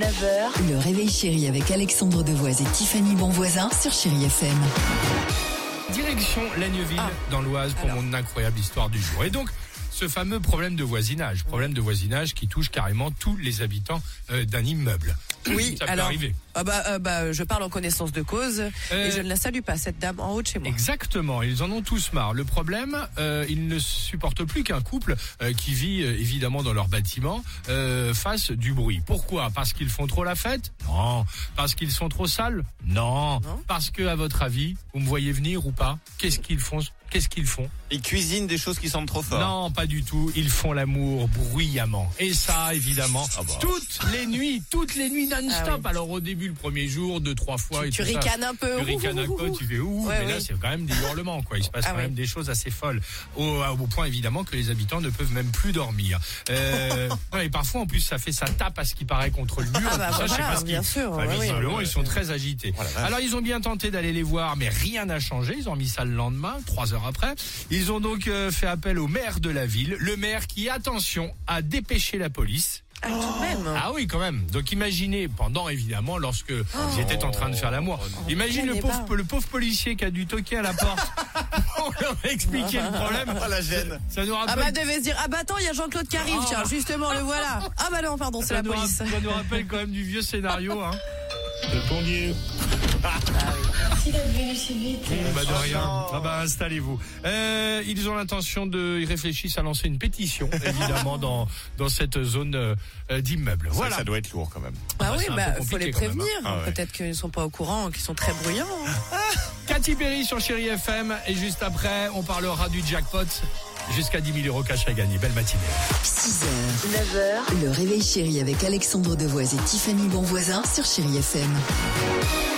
9h, Le réveil chéri avec Alexandre Devoise et Tiffany Bonvoisin sur Chéri FM. Direction Lagneville dans l'Oise pour mon incroyable histoire du jour. Et donc, ce fameux problème de voisinage qui touche carrément tous les habitants d'un immeuble. Oui, ça peut alors, arriver. Je parle en connaissance de cause et je ne la salue pas, cette dame en haut de chez moi. Exactement, ils en ont tous marre. Le problème, ils ne supportent plus qu'un couple qui vit évidemment dans leur bâtiment fasse du bruit. Pourquoi ? Parce qu'ils font trop la fête ? Non. Parce qu'ils sont trop sales ? Non. Parce que, à votre avis, vous me voyez venir ou pas ? Qu'est-ce qu'ils font ? Ils cuisinent des choses qui sentent trop fort. Non, pas du tout. Ils font l'amour bruyamment. Et ça, évidemment, toutes les nuits non-stop. Ah oui. Alors au début, le premier jour, 2-3 fois. Tu ricanes un peu. Tu ricanes un peu, tu fais ouh. Ouais, mais là, c'est quand même des hurlements, quoi. Il se passe quand même des choses assez folles. Au point, évidemment, que les habitants ne peuvent même plus dormir. Et parfois, en plus, ça tape à ce qui paraît contre le mur. Je sais pas ce bien sûr. visiblement, ils sont très agités. Alors, ils ont bien tenté d'aller les voir, mais rien n'a changé. Ils ont mis ça le lendemain, 3 heures après. Ils ont donc fait appel au maire de la ville. Le maire qui, attention, a dépêché la police. Ah, tout de même. Ah oui, quand même. Donc imaginez, évidemment, lorsque ils étaient en train de faire l'amour. Imagine le pauvre policier qui a dû toquer à la porte. On leur a expliqué le problème. Oh, la gêne. Ça nous rappelle... devait se dire, attends, il y a Jean-Claude qui arrive, tiens, justement, le voilà. Non, pardon, c'est la police. Ça nous rappelle quand même du vieux scénario, hein. Le plombier. s'il est venu si vite. De rien. Installez-vous. Ils ont l'intention ils réfléchissent à lancer une pétition, évidemment, dans cette zone d'immeuble. Voilà. Ça doit être lourd quand même. Faut les prévenir. Ouais. Peut-être qu'ils ne sont pas au courant, qu'ils sont très bruyants. Katy Perry sur Chéri FM. Et juste après, on parlera du jackpot. Jusqu'à 10 000 € cash à gagner. Belle matinée. 6h, 9h, Le réveil chéri avec Alexandre Devoise et Tiffany Bonvoisin sur Chéri FM.